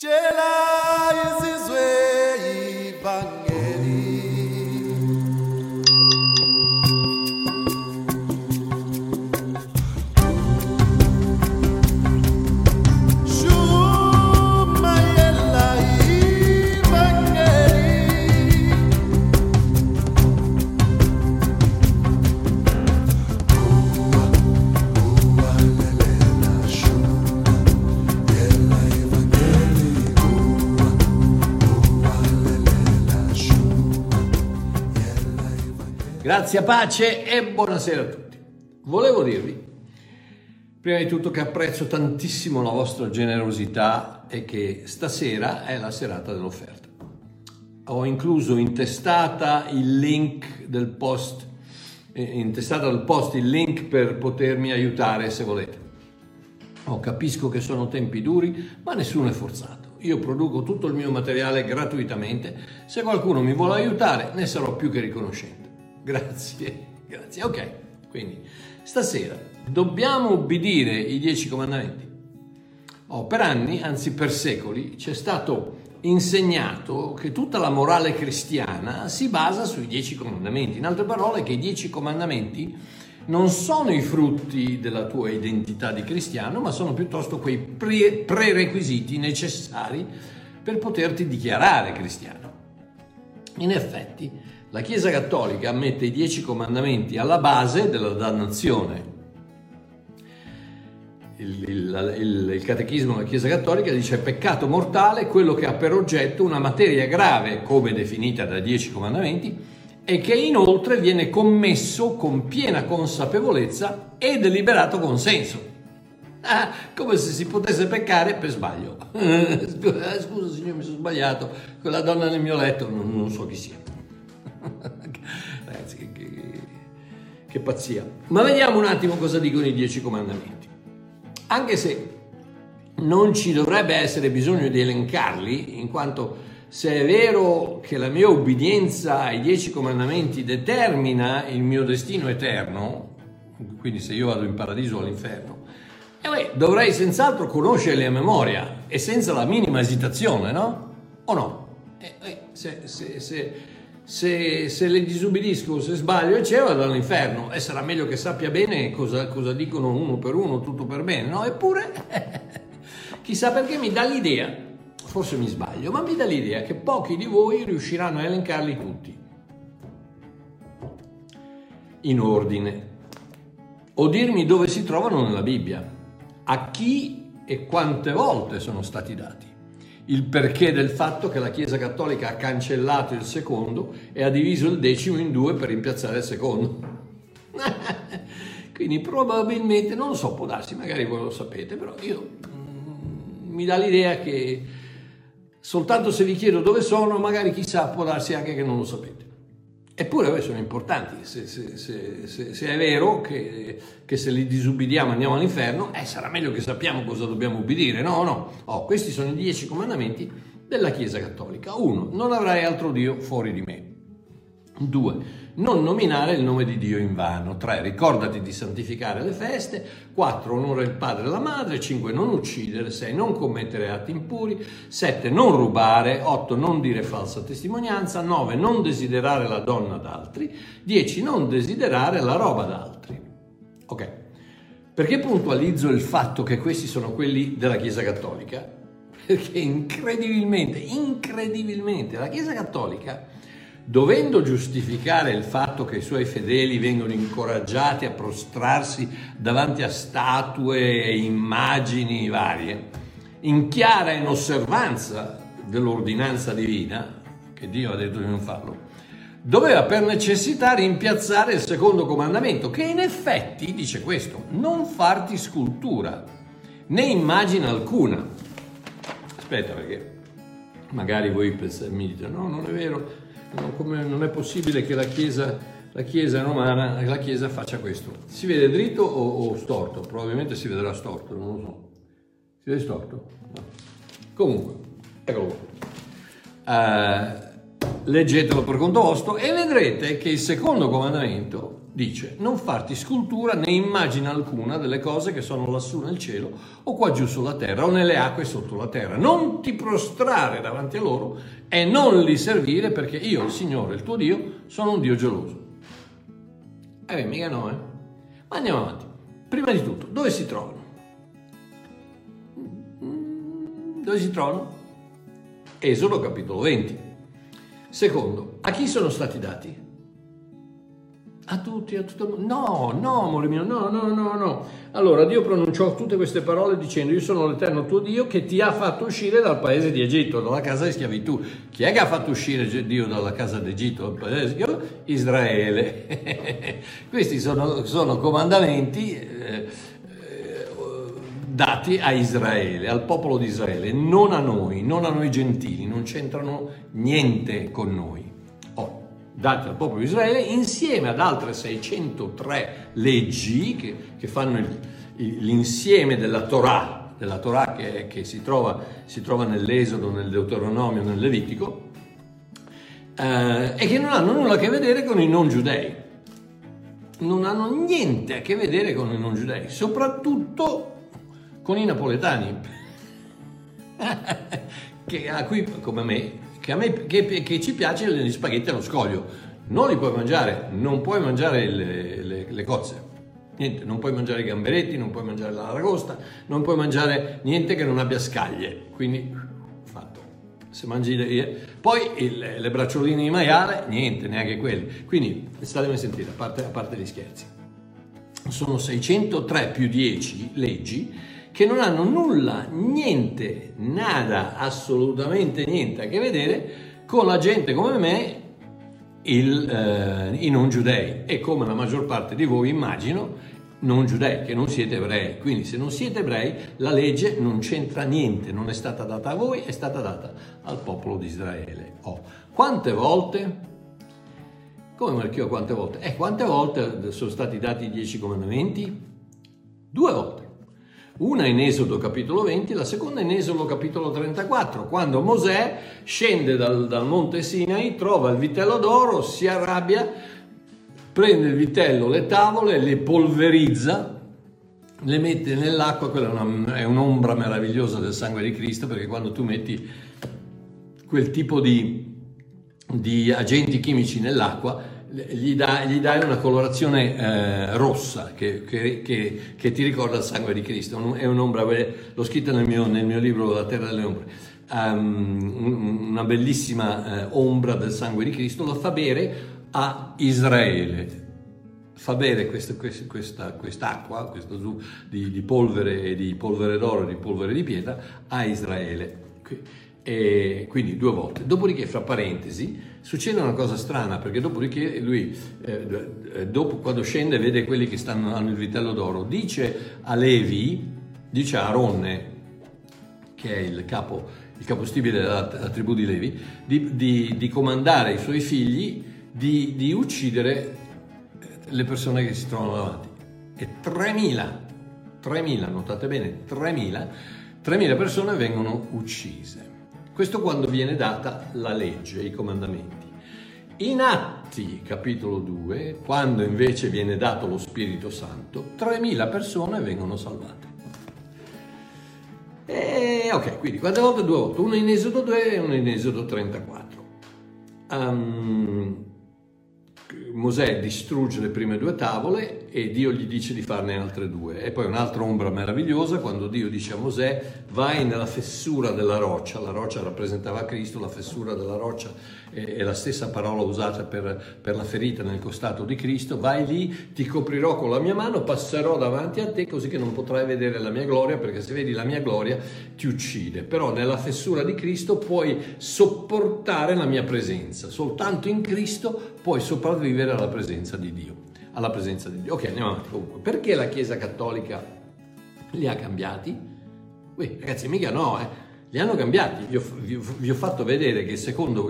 Tshela izizwe ivangeli. Shumayela ivangeli. Uwa lelela shumayela ivangeli. Grazie, pace e buonasera a tutti. Volevo dirvi, prima di tutto, che apprezzo tantissimo la vostra generosità e che stasera è la serata dell'offerta. Ho incluso in testata il link del post, il link per potermi aiutare se volete. Capisco che sono tempi duri, ma nessuno è forzato. Io produco tutto il mio materiale gratuitamente. Se qualcuno mi vuole aiutare, ne sarò più che riconoscente. Grazie. Ok, quindi stasera dobbiamo ubbidire i 10 comandamenti. Per anni, anzi per secoli, ci è stato insegnato che tutta la morale cristiana si basa sui 10 comandamenti. In altre parole, che i 10 comandamenti non sono i frutti della tua identità di cristiano, ma sono piuttosto quei prerequisiti necessari per poterti dichiarare cristiano. In effetti, la Chiesa Cattolica mette i 10 comandamenti alla base della dannazione. Il Catechismo della Chiesa Cattolica dice: peccato mortale quello che ha per oggetto una materia grave, come definita dai 10 comandamenti, e che inoltre viene commesso con piena consapevolezza e deliberato consenso. Come se si potesse peccare per sbaglio. Scusa signore, mi sono sbagliato, quella donna nel mio letto non so chi sia. Ragazzi, che pazzia. Ma vediamo un attimo cosa dicono i 10 comandamenti. Anche se non ci dovrebbe essere bisogno di elencarli, in quanto se è vero che la mia obbedienza ai 10 comandamenti determina il mio destino eterno, quindi se io vado in paradiso o all'inferno, dovrei senz'altro conoscerli a memoria e senza la minima esitazione, no? O no? Se le disubbidisco, se sbaglio e vado all'inferno, e sarà meglio che sappia bene cosa dicono uno per uno, tutto per bene, no? Eppure, chissà perché mi dà l'idea, forse mi sbaglio, ma mi dà l'idea che pochi di voi riusciranno a elencarli tutti in ordine o dirmi dove si trovano nella Bibbia, a chi e quante volte sono stati dati, il perché del fatto che la Chiesa Cattolica ha cancellato il secondo e ha diviso il 10° in 2 per rimpiazzare il secondo. Quindi probabilmente, non lo so, può darsi, magari voi lo sapete, però mi dà l'idea che soltanto se vi chiedo dove sono, magari chissà, può darsi anche che non lo sapete. Eppure sono importanti, se è vero che se li disubbidiamo andiamo all'inferno, sarà meglio che sappiamo cosa dobbiamo ubbidire, no? Questi sono i 10 comandamenti della Chiesa Cattolica. 1. Non avrai altro Dio fuori di me. 2. Non nominare il nome di Dio in vano. 3. Ricordati di santificare le feste. 4. Onora il padre e la madre. 5. Non uccidere. 6. Non commettere atti impuri. 7. Non rubare. 8. Non dire falsa testimonianza. 9. Non desiderare la donna d'altri. 10. Non desiderare la roba d'altri. Ok. Perché puntualizzo il fatto che questi sono quelli della Chiesa Cattolica? Perché incredibilmente, la Chiesa Cattolica, dovendo giustificare il fatto che i suoi fedeli vengono incoraggiati a prostrarsi davanti a statue e immagini varie, in chiara inosservanza dell'ordinanza divina, che Dio ha detto di non farlo, doveva per necessità rimpiazzare il secondo comandamento, che in effetti dice questo: non farti scultura né immagine alcuna. Aspetta, perché magari voi mi dite: no, non è vero, non è possibile che la Chiesa romana, la Chiesa faccia questo. Si vede dritto o storto? Probabilmente si vedrà storto, non lo so. Si vede storto? No. Comunque, eccolo qua. Leggetelo per conto vostro e vedrete che il secondo comandamento dice: non farti scultura né immagine alcuna delle cose che sono lassù nel cielo o qua giù sulla terra o nelle acque sotto la terra. Non ti prostrare davanti a loro e non li servire, perché io, il Signore, il tuo Dio, sono un Dio geloso. Mica no, eh? Ma andiamo avanti. Prima di tutto, dove si trovano? Dove si trovano? Esodo capitolo 20. Secondo, a chi sono stati dati? A tutti, a tutto il mondo. No, amore mio, no. Allora, Dio pronunciò tutte queste parole dicendo: io sono l'Eterno tuo Dio che ti ha fatto uscire dal paese di Egitto, dalla casa di schiavitù. Chi è che ha fatto uscire Dio dalla casa d'Egitto, dal paese di schiavitù? Israele. Questi sono comandamenti dati a Israele, al popolo di Israele, non a noi gentili, non c'entrano niente con noi. Dati al popolo di Israele insieme ad altre 603 leggi che fanno l'insieme della Torah che si trova nell'Esodo, nel Deuteronomio, nel Levitico, e che non hanno nulla a che vedere con i non giudei. Non hanno niente a che vedere con i non giudei, soprattutto con i napoletani, a cui, come me, che ci piace gli spaghetti allo scoglio. Non li puoi mangiare, non puoi mangiare le cozze, niente, non puoi mangiare i gamberetti, non puoi mangiare l'aragosta, non puoi mangiare niente che non abbia scaglie, quindi fatto. Se mangi poi le braccioline di maiale, niente, neanche quelle. Quindi statemi a sentire, a parte gli scherzi, sono 603 più 10 leggi che non hanno nulla, niente, nada, assolutamente niente a che vedere con la gente come me, i non giudei, e come la maggior parte di voi, immagino, non giudei, che non siete ebrei. Quindi se non siete ebrei, la legge non c'entra niente, non è stata data a voi, è stata data al popolo di Israele. Quante volte? Come marchio quante volte? Quante volte sono stati dati i 10 comandamenti? 2 volte. Una in Esodo capitolo 20, la seconda in Esodo capitolo 34, quando Mosè scende dal monte Sinai, trova il vitello d'oro, si arrabbia, prende il vitello, le tavole, le polverizza, le mette nell'acqua. Quella è un'ombra meravigliosa del sangue di Cristo, perché quando tu metti quel tipo di agenti chimici nell'acqua, gli dai una colorazione rossa che ti ricorda il sangue di Cristo. È un'ombra, l'ho scritta nel mio libro La terra delle ombre, una bellissima ombra del sangue di Cristo. Lo fa bere a Israele, fa bere quest'acqua, questo di polvere, e di polvere d'oro, di polvere di pietra a Israele. E quindi 2 volte. Dopodiché, fra parentesi, succede una cosa strana, perché dopodiché lui, dopo, quando scende, vede quelli che hanno il vitello d'oro, dice a Levi, dice a Aronne, che è il capostipite della tribù di Levi, di comandare ai suoi figli di uccidere le persone che si trovano davanti. E 3.000, notate bene, 3.000 persone vengono uccise. Questo quando viene data la legge, i comandamenti. In Atti, capitolo 2, quando invece viene dato lo Spirito Santo, 3.000 persone vengono salvate. Ok, quindi quante volte? 2 volte, una in Esodo 2 e una in Esodo 34. Mosè distrugge le prime 2 tavole e Dio gli dice di farne altre 2. E poi un'altra ombra meravigliosa, quando Dio dice a Mosè: vai nella fessura della roccia. La roccia rappresentava Cristo, la fessura della roccia è la stessa parola usata per la ferita nel costato di Cristo. Vai lì, ti coprirò con la mia mano, passerò davanti a te così che non potrai vedere la mia gloria, perché se vedi la mia gloria ti uccide. Però nella fessura di Cristo puoi sopportare la mia presenza. Soltanto in Cristo puoi sopravvivere alla presenza di Dio. Ok, andiamo avanti. Comunque, perché la Chiesa Cattolica li ha cambiati? Ragazzi, mica no, li hanno cambiati. Vi ho fatto vedere che il secondo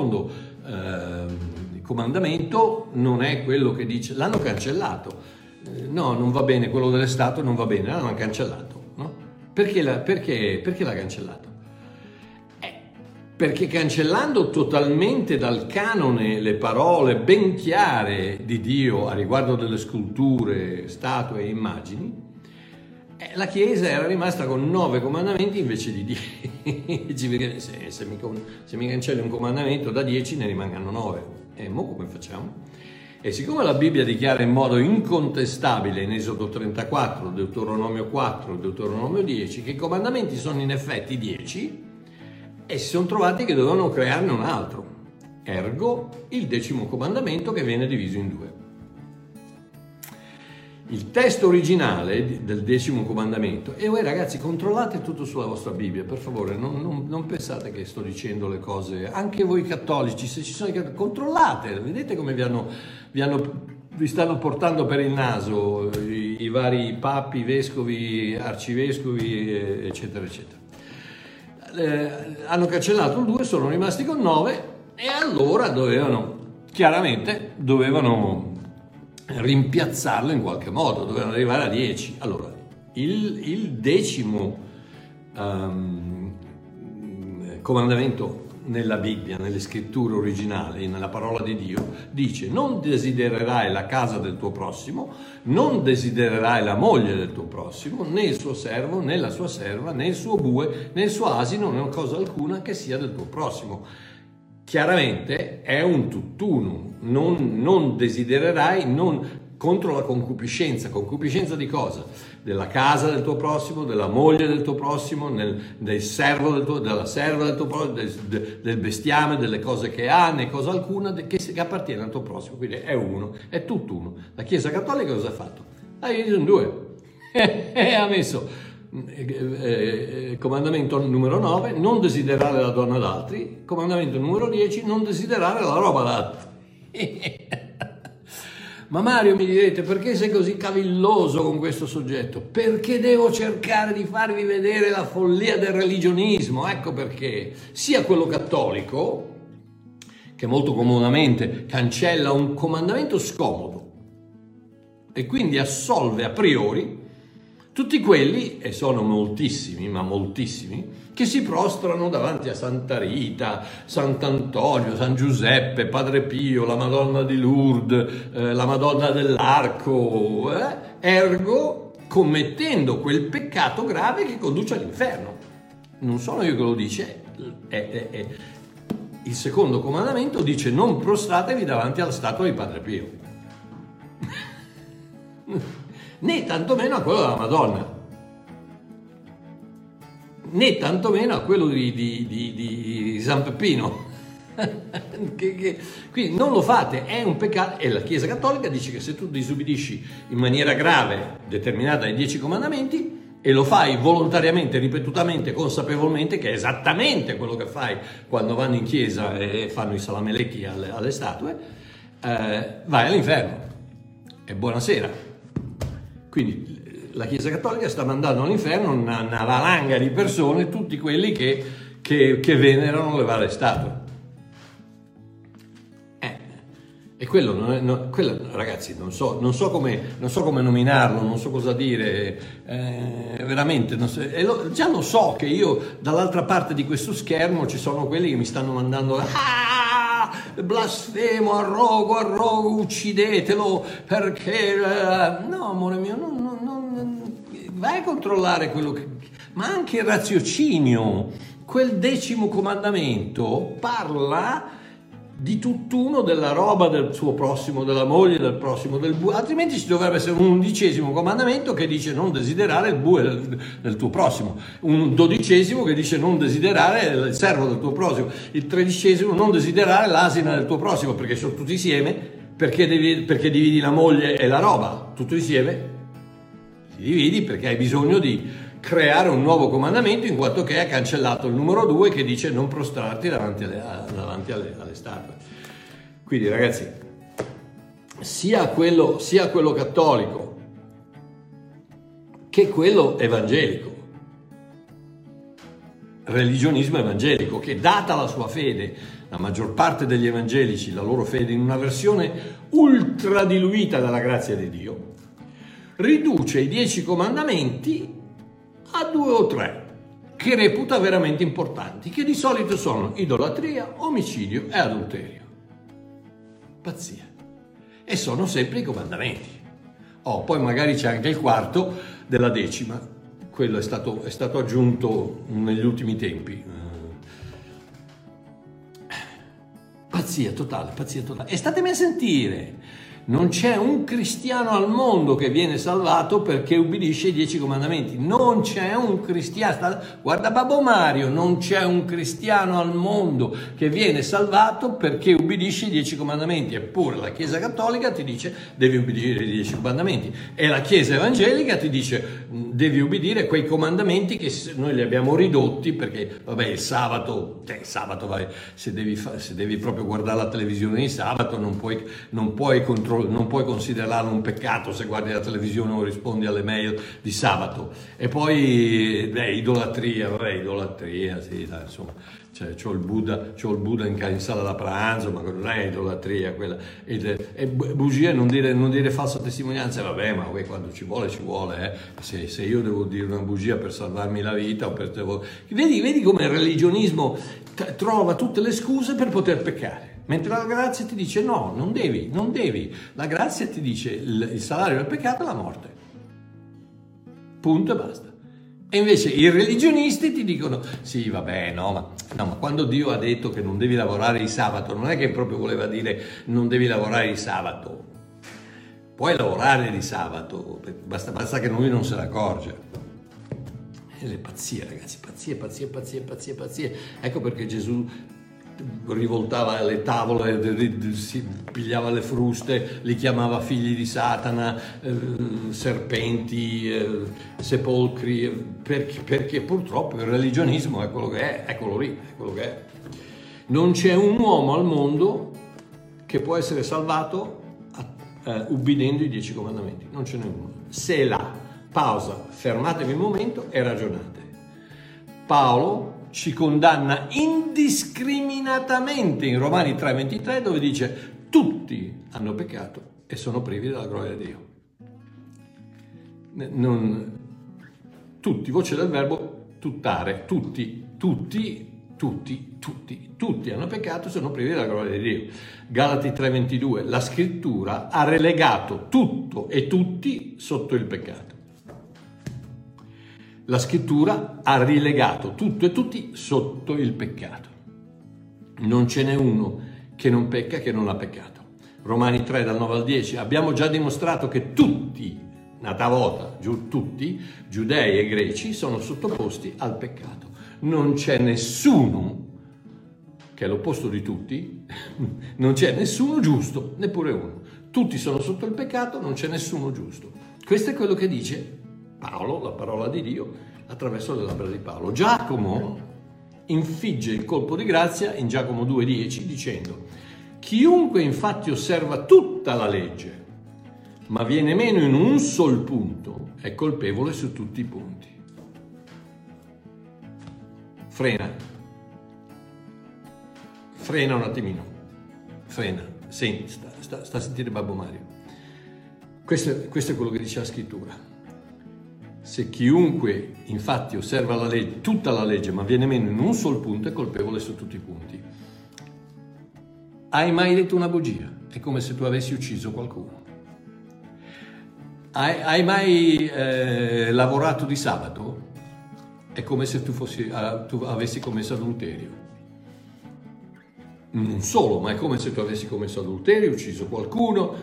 comandamento non è quello che dice, l'hanno cancellato. No, non va bene, quello dell'Estato non va bene, l'hanno cancellato, no? Perché l'ha cancellato? perché cancellando totalmente dal canone le parole ben chiare di Dio a riguardo delle sculture, statue e immagini, la Chiesa era rimasta con 9 comandamenti invece di 10. Perché se mi cancelli un comandamento da 10 ne rimangano 9. E mo come facciamo? E siccome la Bibbia dichiara in modo incontestabile in Esodo 34, Deuteronomio 4, Deuteronomio 10 che i comandamenti sono in effetti 10, e si sono trovati che dovevano crearne un altro, ergo il 10° comandamento che viene diviso in 2. Il testo originale del 10° comandamento, e voi ragazzi controllate tutto sulla vostra Bibbia, per favore, non pensate che sto dicendo le cose, anche voi cattolici, se ci sono controllate, vedete come vi stanno portando per il naso i vari papi, vescovi, arcivescovi, eccetera, eccetera. Hanno cancellato il 2, sono rimasti con 9 e allora dovevano rimpiazzarlo in qualche modo, dovevano arrivare a 10. Allora, il 10° comandamento nella Bibbia, nelle scritture originali, nella parola di Dio, dice: non desidererai la casa del tuo prossimo, non desidererai la moglie del tuo prossimo, né il suo servo, né la sua serva, né il suo bue, né il suo asino, né cosa alcuna che sia del tuo prossimo. Chiaramente è un tutt'uno, non desidererai, non contro la concupiscenza. Concupiscenza di cosa? Della casa del tuo prossimo, della moglie del tuo prossimo, del servo della serva del tuo prossimo, del bestiame, delle cose che ha, né cosa alcuna che appartiene al tuo prossimo. Quindi è uno, è tutt'uno. La Chiesa Cattolica cosa ha fatto? Ha diviso in 2 e ha messo comandamento numero 9, non desiderare la donna d'altri, comandamento numero 10, non desiderare la roba d'altri. Ma Mario, mi direte, perché sei così cavilloso con questo soggetto? Perché devo cercare di farvi vedere la follia del religionismo. Ecco perché sia quello cattolico, che molto comodamente cancella un comandamento scomodo e quindi assolve a priori tutti quelli, e sono moltissimi, ma moltissimi, che si prostrano davanti a Santa Rita, Sant'Antonio, San Giuseppe, Padre Pio, la Madonna di Lourdes, la Madonna dell'Arco, ergo commettendo quel peccato grave che conduce all'inferno. Non sono io che lo dice, il 2° comandamento dice: non prostratevi davanti alla statua di Padre Pio. Né tantomeno a quello della Madonna, né tantomeno a quello di San Peppino. Quindi non lo fate, è un peccato. E la Chiesa Cattolica dice che se tu disubbidisci in maniera grave determinata ai 10 comandamenti e lo fai volontariamente, ripetutamente, consapevolmente, che è esattamente quello che fai quando vanno in chiesa e fanno i salamelecchi alle statue, vai all'inferno. E buonasera. Quindi la Chiesa Cattolica sta mandando all'inferno una valanga di persone, tutti quelli che venerano le varie statue. E quello, ragazzi, non so come nominarlo, non so cosa dire, veramente. Già lo so che io dall'altra parte di questo schermo ci sono quelli che mi stanno mandando blasfemo, arrogo, uccidetelo perché no, amore mio, non vai a controllare quello che, ma anche il raziocinio. Quel 10° comandamento parla di tutt'uno, della roba del suo prossimo, della moglie del prossimo, del bue, altrimenti ci dovrebbe essere un 11° comandamento che dice non desiderare il bue del tuo prossimo, un 12° che dice non desiderare il servo del tuo prossimo, il 13° non desiderare l'asina del tuo prossimo, perché sono tutti insieme. Perché dividi la moglie e la roba tutto insieme? Ti dividi perché hai bisogno di creare un nuovo comandamento, in quanto che ha cancellato il numero 2 che dice non prostrarti davanti alle statue. Quindi ragazzi, sia quello cattolico che quello evangelico, religionismo evangelico, che data la sua fede, la maggior parte degli evangelici, la loro fede in una versione ultra diluita dalla grazia di Dio, riduce i 10 comandamenti a 2 o 3, che reputa veramente importanti, che di solito sono idolatria, omicidio e adulterio. Pazzia. E sono sempre i comandamenti. Poi magari c'è anche il quarto della decima, quello è stato aggiunto negli ultimi tempi. Pazzia totale, pazzia totale. E statemi a sentire, non c'è un cristiano al mondo che viene salvato perché ubbidisce ai 10 comandamenti. Non c'è un cristiano, guarda Babbo Mario, non c'è un cristiano al mondo che viene salvato perché ubbidisce ai 10 comandamenti. Eppure la Chiesa Cattolica ti dice devi ubbidire ai 10 comandamenti e la Chiesa Evangelica ti dice devi ubbidire quei comandamenti che noi li abbiamo ridotti perché, vabbè, il sabato, vabbè, se devi proprio guardare la televisione di sabato non puoi considerarlo un peccato se guardi la televisione o rispondi alle mail di sabato. E poi idolatria, sì, dai, insomma, c'ho il Buddha in sala da pranzo, ma non è idolatria quella. E bugie, non dire falsa testimonianza, vabbè, ma quando ci vuole, se io devo dire una bugia per salvarmi la vita vedi come il religionismo trova tutte le scuse per poter peccare. Mentre la grazia ti dice no, non devi. La grazia ti dice il salario del peccato è la morte. Punto e basta. E invece i religionisti ti dicono sì, vabbè, ma quando Dio ha detto che non devi lavorare di sabato, non è che proprio voleva dire non devi lavorare di sabato. Puoi lavorare di sabato, basta che lui non se ne accorge. E le pazzie, ragazzi, pazzie. Ecco perché Gesù rivoltava le tavole, si pigliava le fruste, li chiamava figli di Satana, serpenti, sepolcri, perché purtroppo il religionismo è quello che è, quello che è. Non c'è un uomo al mondo che può essere salvato ubbidendo i 10 comandamenti, non ce n'è uno. Se pausa, fermatevi un momento e ragionate. Paolo ci condanna indiscriminatamente in Romani 3,23 dove dice tutti hanno peccato e sono privi della gloria di Dio. Tutti, voce del verbo tuttare, tutti hanno peccato e sono privi della gloria di Dio. Galati 3,22, la scrittura ha relegato tutto e tutti sotto il peccato. La scrittura ha rilegato tutto e tutti sotto il peccato. Non ce n'è uno che non pecca, che non ha peccato. Romani 3 dal 9 al 10, abbiamo già dimostrato che tutti, nata volta, tutti, giudei e greci, sono sottoposti al peccato. Non c'è nessuno, che è l'opposto di tutti, non c'è nessuno giusto, neppure uno. Tutti sono sotto il peccato, non c'è nessuno giusto. Questo è quello che dice Paolo, la parola di Dio, attraverso le labbra di Paolo. Giacomo infligge il colpo di grazia in Giacomo 2,10 dicendo: chiunque infatti osserva tutta la legge, ma viene meno in un sol punto, è colpevole su tutti i punti. Frena un attimino, senti, sta a sentire Babbo Mario. Questo è quello che dice la scrittura. Se chiunque infatti osserva la legge, tutta la legge, ma viene meno in un sol punto, è colpevole su tutti i punti. Hai mai detto una bugia? È come se tu avessi ucciso qualcuno. Hai mai lavorato di sabato? È come se tu avessi commesso adulterio. Non solo, ma è come se tu avessi commesso adulterio, ucciso qualcuno,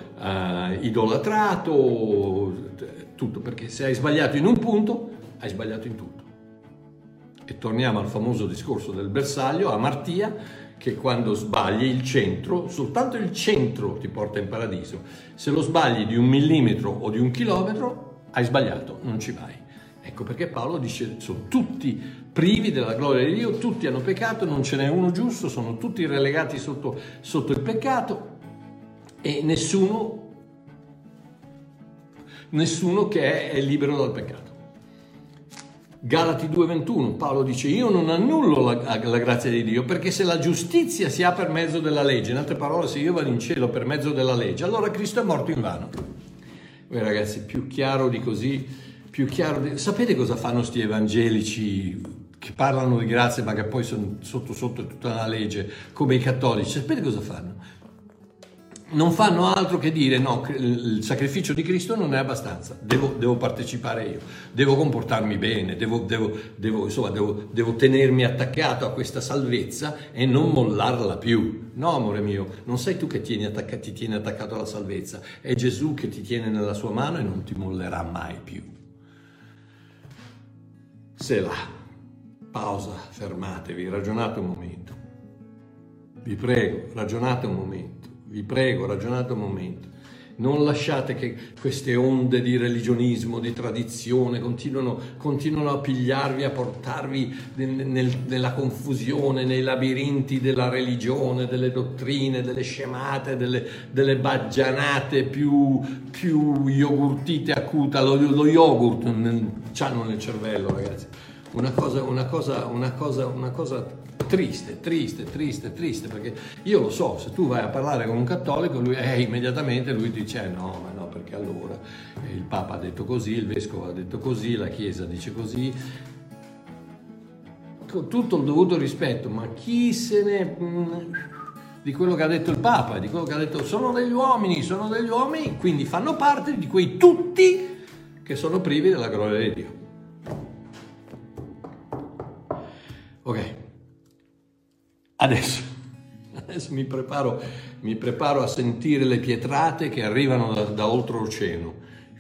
idolatrato, tutto, perché se hai sbagliato in un punto, hai sbagliato in tutto. E torniamo al famoso discorso del bersaglio, a Martia, che quando sbagli il centro, soltanto il centro ti porta in paradiso. Se lo sbagli di 1 millimetro o di 1 chilometro, hai sbagliato, non ci vai. Ecco perché Paolo dice: sono tutti privi della gloria di Dio, tutti hanno peccato, non ce n'è uno giusto, sono tutti relegati sotto il peccato e nessuno che è libero dal peccato. Galati 2,21, Paolo dice: io non annullo la grazia di Dio, perché se la giustizia si ha per mezzo della legge, in altre parole, se io vado in cielo per mezzo della legge, allora Cristo è morto invano. Ragazzi, più chiaro di così, sapete cosa fanno sti evangelici che parlano di grazia ma che poi sono sotto sotto tutta la legge, come i cattolici, sapete cosa fanno? Non fanno altro che dire no, il sacrificio di Cristo non è abbastanza, devo partecipare io, devo comportarmi bene, devo tenermi attaccato a questa salvezza e non mollarla più. No, amore mio, non sei tu che ti tieni attaccato alla salvezza, è Gesù che ti tiene nella sua mano e non ti mollerà mai più. Selah, pausa, fermatevi, ragionate un momento. Vi prego, ragionate un momento. Vi prego, ragionate un momento. Non lasciate che queste onde di religionismo, di tradizione continuano a pigliarvi, a portarvi nella confusione, nei labirinti della religione, delle dottrine, delle scemate, delle baggianate più yogurtite acuta. Lo yogurt c'hanno nel cervello, ragazzi. Una cosa triste, perché io lo so, se tu vai a parlare con un cattolico, lui immediatamente lui dice no, ma no, perché allora il Papa ha detto così, il Vescovo ha detto così, la Chiesa dice così, con tutto il dovuto rispetto, ma chi se ne di quello che ha detto il Papa, di quello che ha detto sono degli uomini, quindi fanno parte di quei tutti che sono privi della gloria di Dio. Ok. Adesso mi preparo a sentire le pietrate che arrivano da oltreoceano.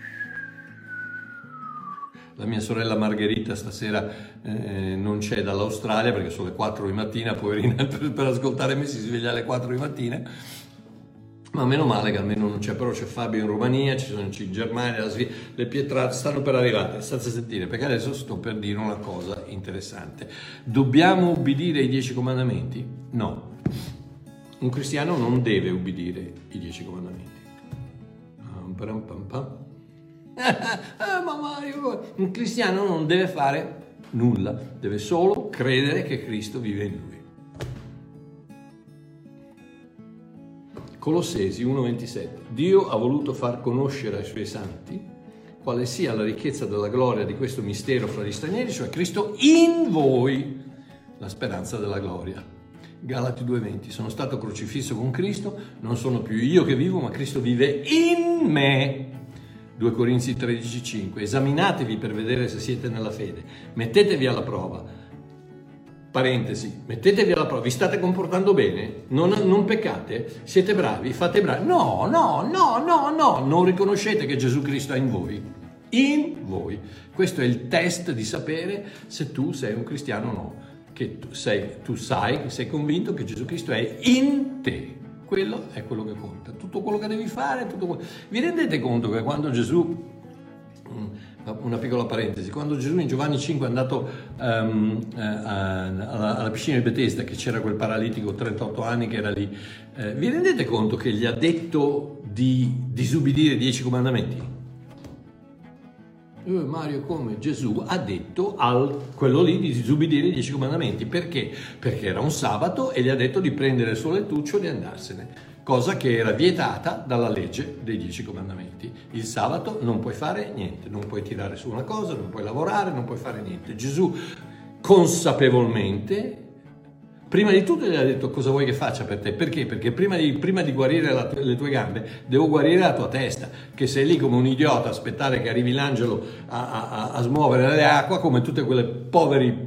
La mia sorella Margherita stasera non c'è dall'Australia perché sono le 4 di mattina, poverina, per ascoltare me si sveglia alle 4 di mattina. Ma meno male che almeno non c'è, però c'è Fabio in Romania, ci sono in Germania, le pietrate stanno per arrivare, state a sentire, perché adesso sto per dire una cosa interessante. Dobbiamo ubbidire ai 10 comandamenti? No. Un cristiano non deve ubbidire i 10 comandamenti. Un cristiano non deve fare nulla, deve solo credere che Cristo vive in lui. Colossesi 1,27. Dio ha voluto far conoscere ai suoi santi quale sia la ricchezza della gloria di questo mistero fra gli stranieri, cioè Cristo in voi, la speranza della gloria. Galati 2,20. Sono stato crocifisso con Cristo, non sono più io che vivo, ma Cristo vive in me. 2 Corinzi 13,5. Esaminatevi per vedere se siete nella fede, mettetevi alla prova. Parentesi, mettetevi alla prova, vi state comportando bene? Non peccate? Siete bravi? Fate bravi? No, non riconoscete che Gesù Cristo è in voi. In voi. Questo è il test di sapere se tu sei un cristiano o no. Che tu sai, sei convinto che Gesù Cristo è in te. Quello è quello che conta. Tutto quello che devi fare, Vi rendete conto che quando Gesù... Una piccola parentesi, quando Gesù in Giovanni 5 è andato alla piscina di Betesda, che c'era quel paralitico 38 anni che era lì, vi rendete conto che gli ha detto di disubbidire i 10 comandamenti? Mario, come? Gesù ha detto quello lì di disubbidire i 10 comandamenti. Perché? Perché era un sabato e gli ha detto di prendere il suo lettuccio e di andarsene. Cosa che era vietata dalla legge dei 10 comandamenti. Il sabato non puoi fare niente, non puoi tirare su una cosa, non puoi lavorare, non puoi fare niente. Gesù consapevolmente, prima di tutto gli ha detto cosa vuoi che faccia per te. Perché? Perché prima di guarire le tue gambe, devo guarire la tua testa, che sei lì come un idiota a aspettare che arrivi l'angelo a smuovere le acque, come tutte quelle poveri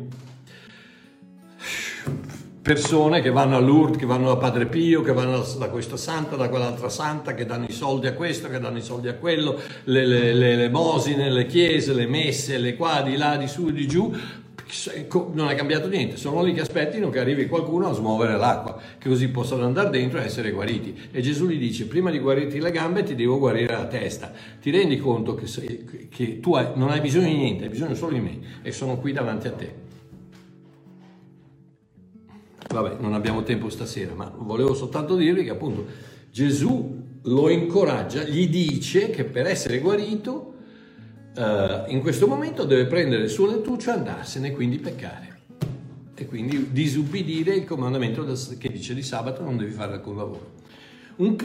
persone che vanno a Lourdes, che vanno da Padre Pio, che vanno da questa santa, da quell'altra santa, che danno i soldi a questo, che danno i soldi a quello, le elemosine, le chiese, le messe, le qua, di là, di su, di giù. Non è cambiato niente, sono lì che aspettino che arrivi qualcuno a smuovere l'acqua, che così possano andare dentro e essere guariti. E Gesù gli dice: prima di guarirti le gambe ti devo guarire la testa. Ti rendi conto che tu non hai bisogno di niente, hai bisogno solo di me e sono qui davanti a te. Vabbè, non abbiamo tempo stasera, ma volevo soltanto dirvi che appunto Gesù lo incoraggia, gli dice che per essere guarito in questo momento deve prendere il suo lettuccio e andarsene, quindi peccare e quindi disubbidire il comandamento che dice di sabato non devi fare alcun lavoro. Un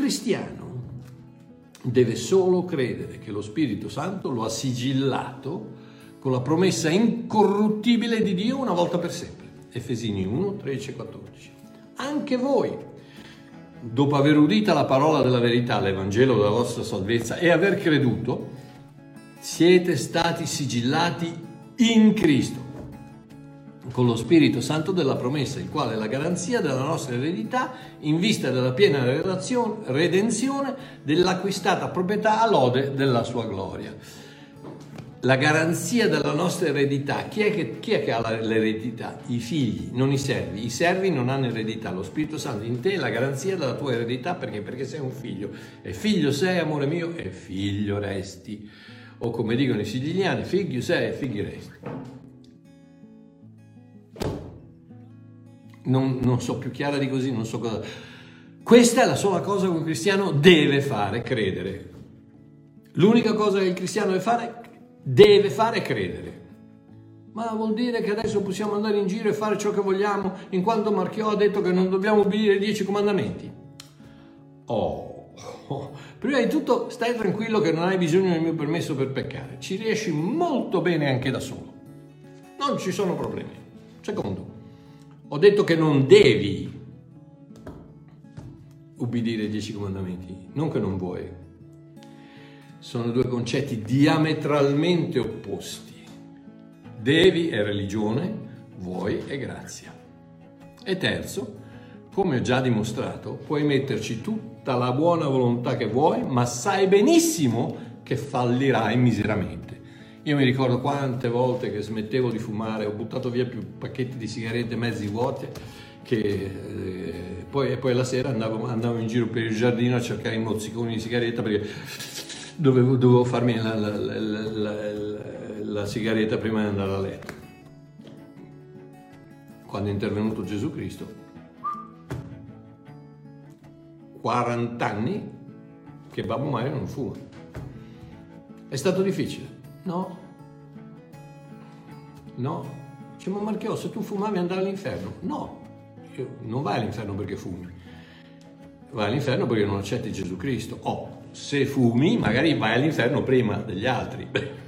cristiano deve solo credere che lo Spirito Santo lo ha sigillato con la promessa incorruttibile di Dio una volta per sempre. Efesini 1, 13 e 14. Anche voi, dopo aver udita la parola della verità, l'Evangelo della vostra salvezza, e aver creduto, siete stati sigillati in Cristo con lo Spirito Santo della promessa, il quale è la garanzia della nostra eredità in vista della piena redenzione dell'acquistata proprietà a lode della sua gloria. La garanzia della nostra eredità, chi è che ha l'eredità? I figli, non i servi. I servi non hanno eredità, lo Spirito Santo in te è la garanzia della tua eredità, perché sei un figlio, e figlio sei, amore mio, e figlio resti, o come dicono i siciliani, figlio sei e figli resti. Non so più chiara di così, non so cosa. Questa è la sola cosa che un cristiano deve fare, credere. L'unica cosa che il cristiano deve fare è credere. Ma vuol dire che adesso possiamo andare in giro e fare ciò che vogliamo, in quanto Marchiò ha detto che non dobbiamo obbedire ai 10 comandamenti? Prima di tutto stai tranquillo che non hai bisogno del mio permesso per peccare, ci riesci molto bene anche da solo, non ci sono problemi. Secondo, ho detto che non devi ubbidire ai 10 comandamenti, non che non vuoi. Sono due concetti diametralmente opposti. Devi è religione, vuoi è grazia. E terzo, come ho già dimostrato, puoi metterci tutta la buona volontà che vuoi, ma sai benissimo che fallirai miseramente. Io mi ricordo quante volte che smettevo di fumare, ho buttato via più pacchetti di sigarette mezzi vuoti, che poi la sera andavo in giro per il giardino a cercare i mozziconi di sigaretta, perché dovevo farmi la sigaretta prima di andare a letto. Quando è intervenuto Gesù Cristo, 40 anni che Babbo Mario non fuma. È stato difficile? No. Dice, ma Marchiò, se tu fumavi andavi all'inferno? No, non vai all'inferno perché fumi, vai all'inferno perché non accetti Gesù Cristo. Se fumi magari vai all'inferno prima degli altri.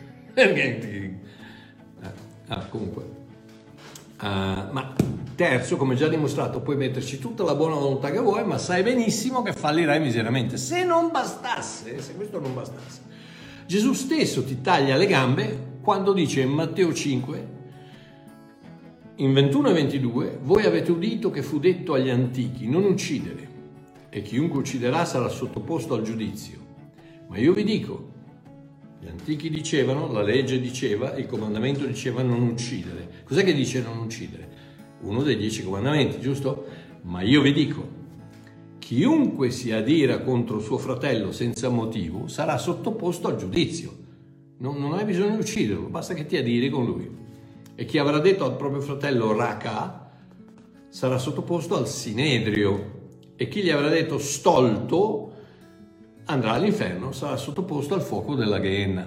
Comunque. Ma terzo, come già dimostrato, puoi metterci tutta la buona volontà che vuoi, ma sai benissimo che fallirai miseramente. Se questo non bastasse, Gesù stesso ti taglia le gambe quando dice in Matteo 5, in 21 e 22, voi avete udito che fu detto agli antichi, non uccidere, e chiunque ucciderà sarà sottoposto al giudizio. Ma io vi dico, gli antichi dicevano, la legge diceva, il comandamento diceva non uccidere. Cos'è che dice non uccidere? Uno dei 10 comandamenti, giusto? Ma io vi dico, chiunque si adira contro suo fratello senza motivo sarà sottoposto al giudizio. Non hai bisogno di ucciderlo, basta che ti adiri con lui. E chi avrà detto al proprio fratello raca sarà sottoposto al sinedrio. E chi gli avrà detto stolto andrà all'inferno, sarà sottoposto al fuoco della Gehenna.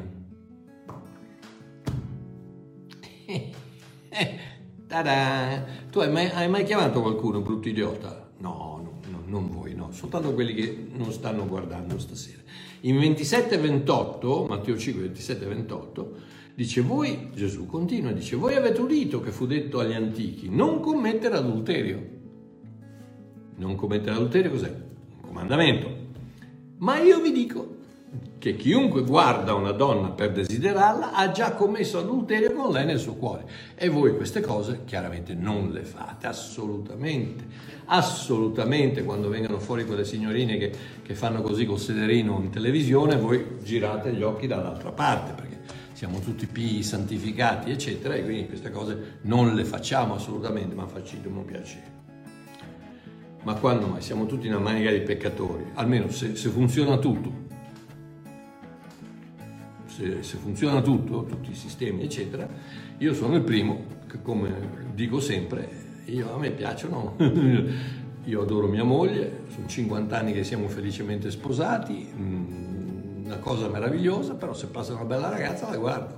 Tada! Tu hai mai chiamato qualcuno brutto idiota? No, non voi, no, soltanto quelli che non stanno guardando stasera. In 27 e 28, Matteo 5, 27 e 28, dice Gesù continua, dice, voi avete udito che fu detto agli antichi, non commettere adulterio. Non commettere adulterio cos'è? Un comandamento. Ma io vi dico che chiunque guarda una donna per desiderarla ha già commesso adulterio con lei nel suo cuore. E voi queste cose chiaramente non le fate, assolutamente. Quando vengono fuori quelle signorine che fanno così col sederino in televisione, voi girate gli occhi dall'altra parte, perché siamo tutti pii, santificati, eccetera, e quindi queste cose non le facciamo assolutamente, ma facciamo piacere. Ma quando mai? Siamo tutti una manica di peccatori, almeno se funziona tutto. Se funziona tutto, tutti i sistemi, eccetera, io sono il primo che, come dico sempre, a me piacciono, io adoro mia moglie, sono 50 anni che siamo felicemente sposati, una cosa meravigliosa, però se passa una bella ragazza la guardo.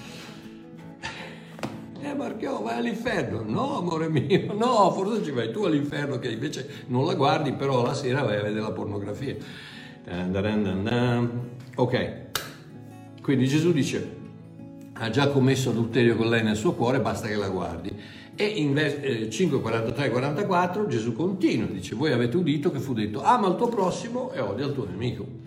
Marchiò, vai all'inferno? No, amore mio, no, forse ci vai tu all'inferno, che invece non la guardi, però la sera vai a vedere la pornografia. Ok, quindi Gesù dice, ha già commesso adulterio con lei nel suo cuore, basta che la guardi. E in 5:43-44 Gesù continua, dice: voi avete udito che fu detto ama il tuo prossimo e odia il tuo nemico.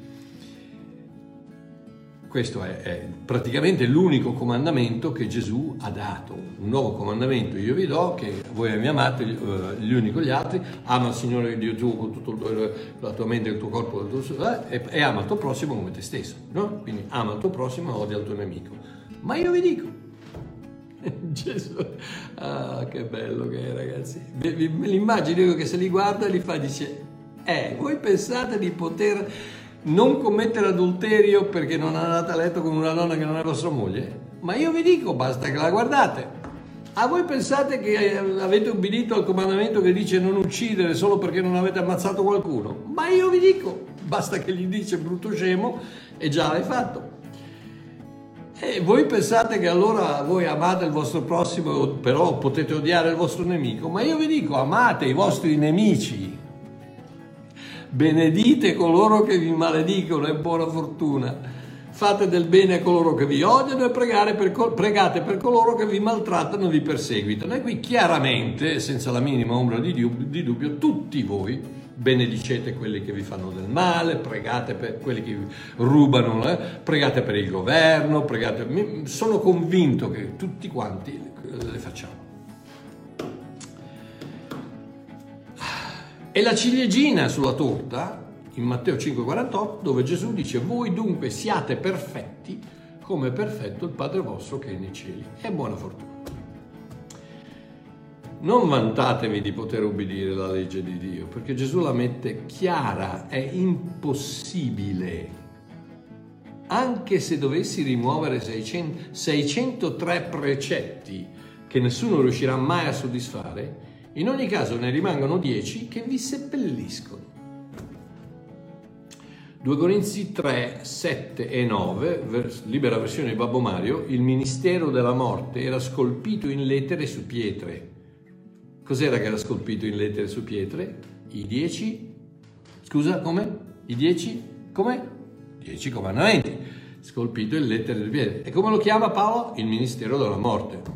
Questo è praticamente l'unico comandamento che Gesù ha dato. Un nuovo comandamento io vi do, che voi mi amate gli uni con gli altri, ama il Signore Dio tuo con tutta la tua mente, il tuo corpo, e ama il tuo prossimo come te stesso, no? Quindi ama il tuo prossimo e odia il tuo nemico. Ma io vi dico, Gesù, che bello che è, ragazzi. Me l'immagino che se li guarda e li fa, dice: voi pensate di poter non commettere adulterio perché non andate a letto con una donna che non è vostra moglie? Ma io vi dico, basta che la guardate. A voi pensate che avete ubbidito al comandamento che dice non uccidere solo perché non avete ammazzato qualcuno? Ma io vi dico, basta che gli dice brutto scemo e già l'hai fatto. E voi pensate che allora voi amate il vostro prossimo, però potete odiare il vostro nemico? Ma io vi dico, amate i vostri nemici. Benedite coloro che vi maledicono e buona fortuna. Fate del bene a coloro che vi odiano e pregate per coloro che vi maltrattano e vi perseguitano. E qui chiaramente, senza la minima ombra di dubbio, tutti voi benedicete quelli che vi fanno del male, pregate per quelli che vi rubano, pregate per il governo, sono convinto che tutti quanti le facciamo. E la ciliegina sulla torta, in Matteo 5,48, dove Gesù dice: voi dunque siate perfetti come è perfetto il Padre vostro che è nei cieli. E buona fortuna. Non vantatevi di poter ubbidire la legge di Dio, perché Gesù la mette chiara, è impossibile. Anche se dovessi rimuovere 603 precetti che nessuno riuscirà mai a soddisfare, in ogni caso ne rimangono 10 che vi seppelliscono. 2 Corinzi 3, 7 e 9, libera versione di Babbo Mario: il ministero della morte era scolpito in lettere su pietre. Cos'era che era scolpito in lettere su pietre? I 10 comandamenti, scolpito in lettere su pietre. E come lo chiama Paolo? Il ministero della morte.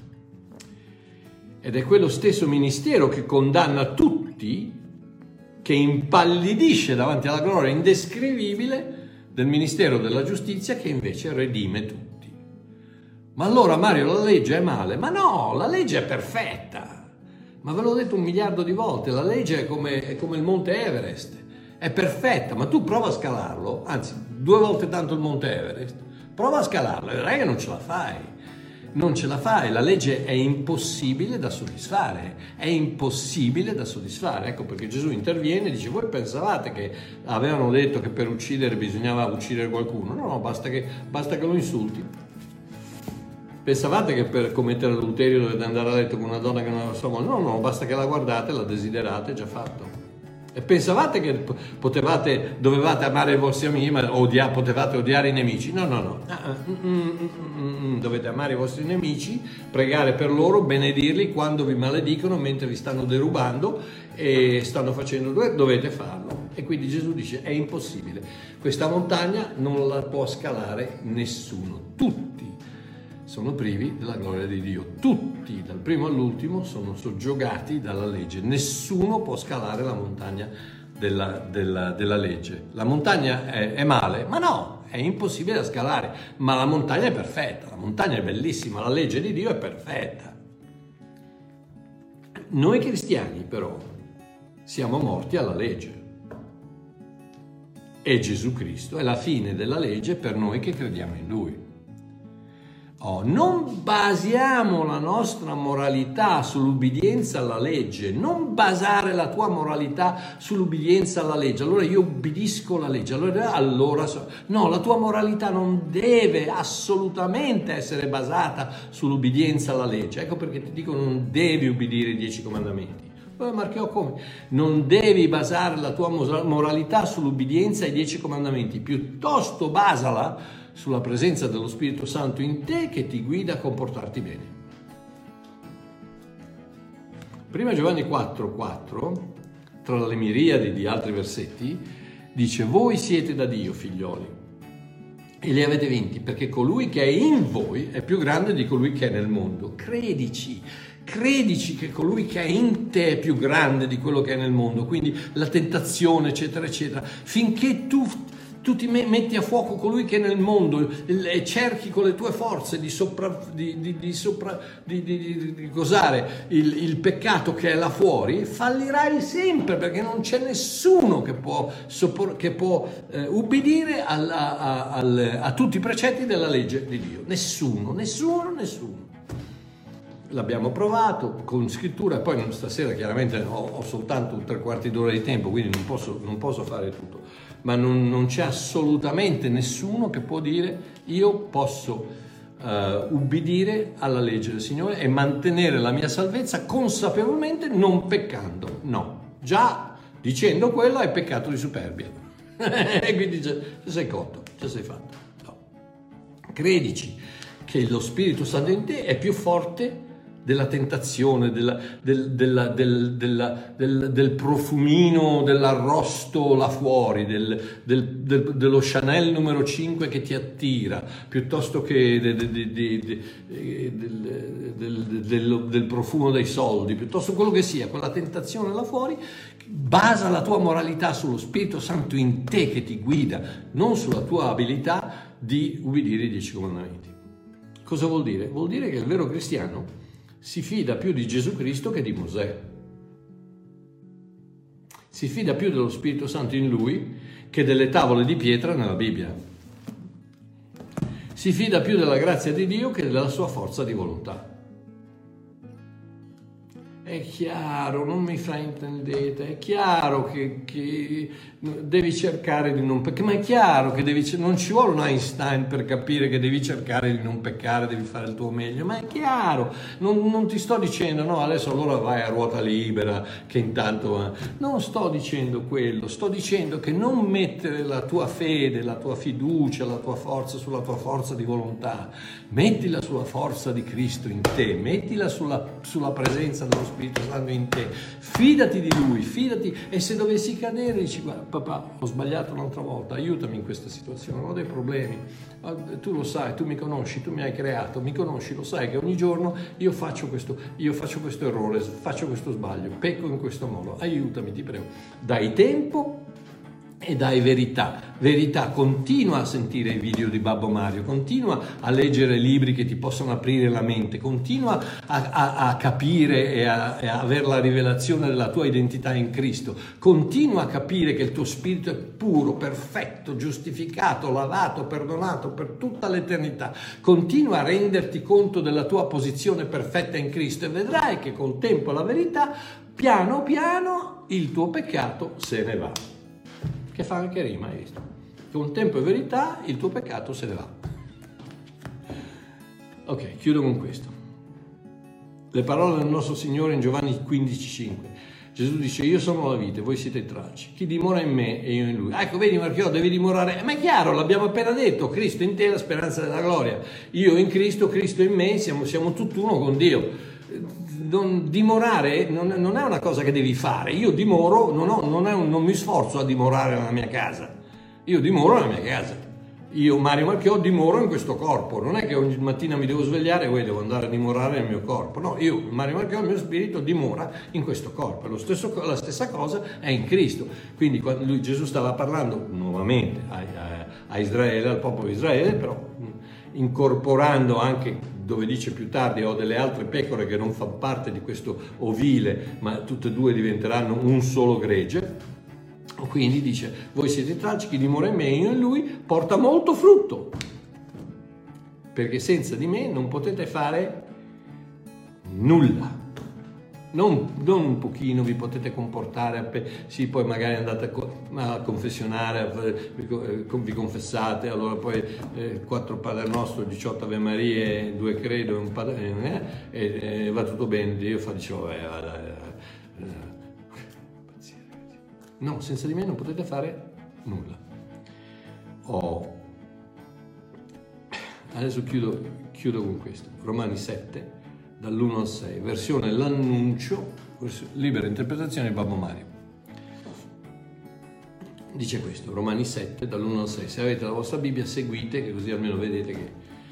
Ed è quello stesso ministero che condanna tutti, che impallidisce davanti alla gloria indescrivibile del ministero della giustizia, che invece redime tutti. Ma allora, Mario, la legge è male? Ma no, la legge è perfetta. Ma ve l'ho detto 1 miliardo di volte, la legge è come il Monte Everest, è perfetta, ma tu prova a scalarlo, anzi 2 volte tanto il Monte Everest, prova a scalarlo e vedrai che non ce la fai. Non ce la fai, la legge è impossibile da soddisfare, Ecco perché Gesù interviene e dice: voi pensavate che avevano detto che per uccidere bisognava uccidere qualcuno? No, basta che lo insulti. Pensavate che per commettere adulterio dovete andare a letto con una donna che non è vostra moglie? No, basta che la guardate, la desiderate, è già fatto. E pensavate che dovevate amare i vostri amici, ma potevate odiare i nemici? No. Dovete amare i vostri nemici, pregare per loro, benedirli quando vi maledicono, mentre vi stanno derubando e stanno facendo, dovete farlo. E quindi Gesù dice: è impossibile. Questa montagna non la può scalare nessuno. Tutti sono privi della gloria di Dio. Tutti, dal primo all'ultimo, sono soggiogati dalla legge. Nessuno può scalare la montagna della legge. La montagna è male? Ma no, è impossibile da scalare. Ma la montagna è perfetta, la montagna è bellissima, la legge di Dio è perfetta. Noi cristiani, però, siamo morti alla legge. E Gesù Cristo è la fine della legge per noi che crediamo in Lui. Non basiamo la nostra moralità sull'ubbidienza alla legge, non basare la tua moralità sull'ubbidienza alla legge. Allora io ubbidisco la legge, no, la tua moralità non deve assolutamente essere basata sull'ubbidienza alla legge. Ecco perché ti dico: non devi ubbidire i 10 comandamenti. Marchio, come? Non devi basare la tua moralità sull'ubbidienza ai 10 comandamenti, piuttosto basala sulla presenza dello Spirito Santo in te che ti guida a comportarti bene. 1 Giovanni 4,4, tra le miriadi di altri versetti, dice: voi siete da Dio, figlioli, e li avete vinti, perché colui che è in voi è più grande di colui che è nel mondo. Credici che colui che è in te è più grande di quello che è nel mondo, quindi la tentazione, eccetera, eccetera. Finché tu ti metti a fuoco colui che è nel mondo e cerchi con le tue forze di cosare il peccato che è là fuori, fallirai sempre, perché non c'è nessuno che può ubbidire a tutti i precetti della legge di Dio. Nessuno. L'abbiamo provato con scrittura, poi stasera chiaramente ho soltanto 3/4 d'ora di tempo, quindi non posso fare tutto, ma non c'è assolutamente nessuno che può dire io posso ubbidire alla legge del Signore e mantenere la mia salvezza consapevolmente non peccando. No, già dicendo quello hai peccato di superbia e quindi ci sei cotto, ci sei fatto. No. Credici che lo Spirito Santo in te è più forte della tentazione, del profumino, dell'arrosto là fuori, dello Chanel numero 5 che ti attira, piuttosto che del profumo dei soldi, piuttosto quello che sia, quella tentazione là fuori. Basa la tua moralità sullo Spirito Santo in te che ti guida, non sulla tua abilità di ubbidire i 10 comandamenti. Cosa vuol dire? Vuol dire che il vero cristiano si fida più di Gesù Cristo che di Mosè. Si fida più dello Spirito Santo in lui che delle tavole di pietra nella Bibbia. Si fida più della grazia di Dio che della sua forza di volontà. È chiaro, non mi fraintendete, è chiaro che devi cercare di non peccare, ma è chiaro che non ci vuole un Einstein per capire che devi cercare di non peccare, devi fare il tuo meglio, ma è chiaro, non ti sto dicendo no, adesso allora vai a ruota libera, che intanto non sto dicendo quello, sto dicendo che non mettere la tua fede, la tua fiducia, la tua forza sulla tua forza di volontà, mettila sulla forza di Cristo in te, mettila sulla presenza dello Spirito Santo in te, fidati di Lui, fidati, e se dovessi cadere dici guarda papà ho sbagliato un'altra volta, aiutami in questa situazione, ho dei problemi, tu lo sai, tu mi conosci, tu mi hai creato, mi conosci, lo sai che ogni giorno io faccio questo errore, faccio questo sbaglio, pecco in questo modo, aiutami, ti prego, dai tempo e dai verità, continua a sentire i video di Babbo Mario, continua a leggere libri che ti possono aprire la mente, continua a capire e a avere la rivelazione della tua identità in Cristo, continua a capire che il tuo spirito è puro, perfetto, giustificato, lavato, perdonato per tutta l'eternità, continua a renderti conto della tua posizione perfetta in Cristo e vedrai che col tempo e la verità, piano piano, il tuo peccato se ne va. Che fa anche rima, hai visto? Con tempo e verità il tuo peccato se ne va. Ok, chiudo con questo. Le parole del nostro Signore in Giovanni 15,5. Gesù dice, io sono la vite, voi siete i tralci. Chi dimora in me e io in lui. Ecco, vedi Marchio, devi dimorare. Ma è chiaro, l'abbiamo appena detto, Cristo in te, la speranza della gloria. Io in Cristo, Cristo in me, siamo tutt'uno con Dio. Dimorare non è una cosa che devi fare. Io dimoro, non mi sforzo a dimorare nella mia casa. Io dimoro nella mia casa. Io, Mario Marchiò, dimoro in questo corpo. Non è che ogni mattina mi devo svegliare e devo andare a dimorare nel mio corpo. No, io, Mario Marchiò, il mio spirito dimora in questo corpo. La stessa cosa è in Cristo. Quindi quando Gesù stava parlando nuovamente a Israele, al popolo di Israele, però incorporando anche dove dice più tardi ho delle altre pecore che non fanno parte di questo ovile, ma tutte e due diventeranno un solo gregge. Quindi dice, voi siete tralci, chi dimora in me e io in lui porta molto frutto, perché senza di me non potete fare nulla. Non un pochino vi potete comportare, sì, poi magari andate a confessionare, vi confessate, allora poi 4 Padre Nostro, 18 Ave Marie, 2 Credo e un Padre, e va tutto bene. Dio dice, no, senza di me non potete fare nulla. Adesso chiudo con questo. Romani 7, dall'1 al 6, versione l'annuncio, libera interpretazione di Babbo Mario. dice questo, Romani 7, dall'1 al 6. Se avete la vostra Bibbia seguite, che così almeno vedete che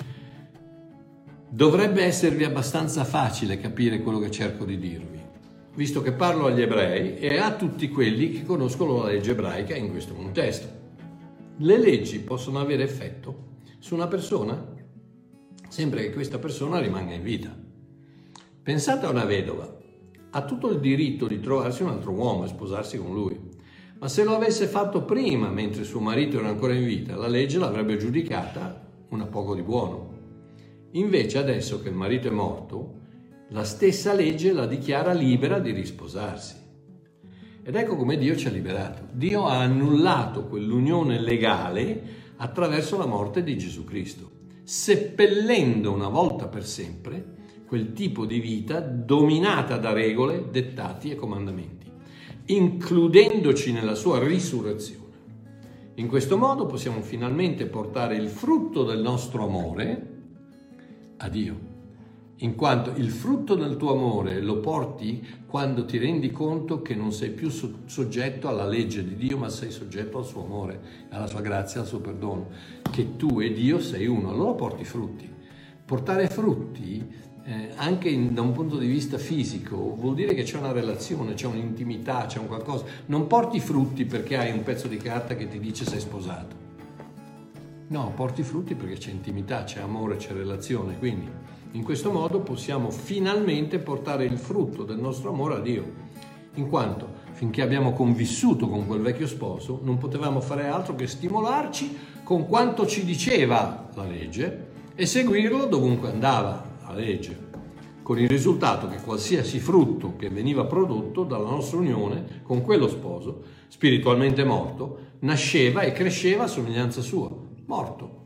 dovrebbe esservi abbastanza facile capire quello che cerco di dirvi, visto che parlo agli ebrei e a tutti quelli che conoscono la legge ebraica in questo contesto. Le leggi possono avere effetto su una persona sempre che questa persona rimanga in vita. Pensate a una vedova, ha tutto il diritto di trovarsi un altro uomo e sposarsi con lui, ma se lo avesse fatto prima, mentre suo marito era ancora in vita, la legge l'avrebbe giudicata una poco di buono. Invece adesso che il marito è morto, la stessa legge la dichiara libera di risposarsi. Ed ecco come Dio ci ha liberato. Dio ha annullato quell'unione legale attraverso la morte di Gesù Cristo, seppellendo una volta per sempre quel tipo di vita dominata da regole, dettati e comandamenti, includendoci nella sua risurrezione. In questo modo possiamo finalmente portare il frutto del nostro amore a Dio, in quanto il frutto del tuo amore lo porti quando ti rendi conto che non sei più soggetto alla legge di Dio, ma sei soggetto al suo amore, alla sua grazia, al suo perdono, che tu e Dio sei uno, allora porti frutti. Portare frutti anche da un punto di vista fisico vuol dire che c'è una relazione, c'è un'intimità, c'è un qualcosa. Non porti frutti perché hai un pezzo di carta che ti dice sei sposato. No, porti frutti perché c'è intimità, c'è amore, c'è relazione. Quindi in questo modo possiamo finalmente portare il frutto del nostro amore a Dio, in quanto finché abbiamo convissuto con quel vecchio sposo non potevamo fare altro che stimolarci con quanto ci diceva la legge e seguirlo dovunque andava la legge, con il risultato che qualsiasi frutto che veniva prodotto dalla nostra unione con quello sposo, spiritualmente morto, nasceva e cresceva a somiglianza sua. Morto.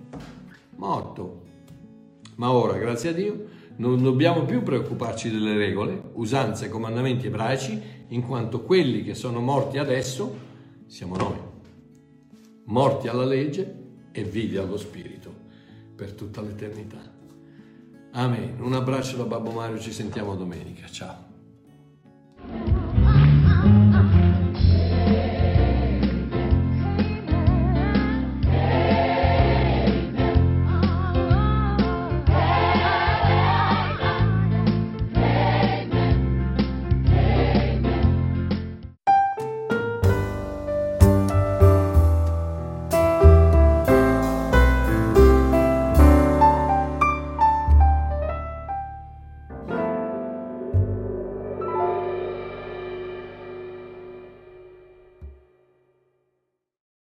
Ma ora, grazie a Dio, non dobbiamo più preoccuparci delle regole, usanze e comandamenti ebraici, in quanto quelli che sono morti adesso siamo noi, morti alla legge e vivi allo Spirito per tutta l'eternità. Amen. Un abbraccio da Babbo Mario, ci sentiamo domenica. Ciao.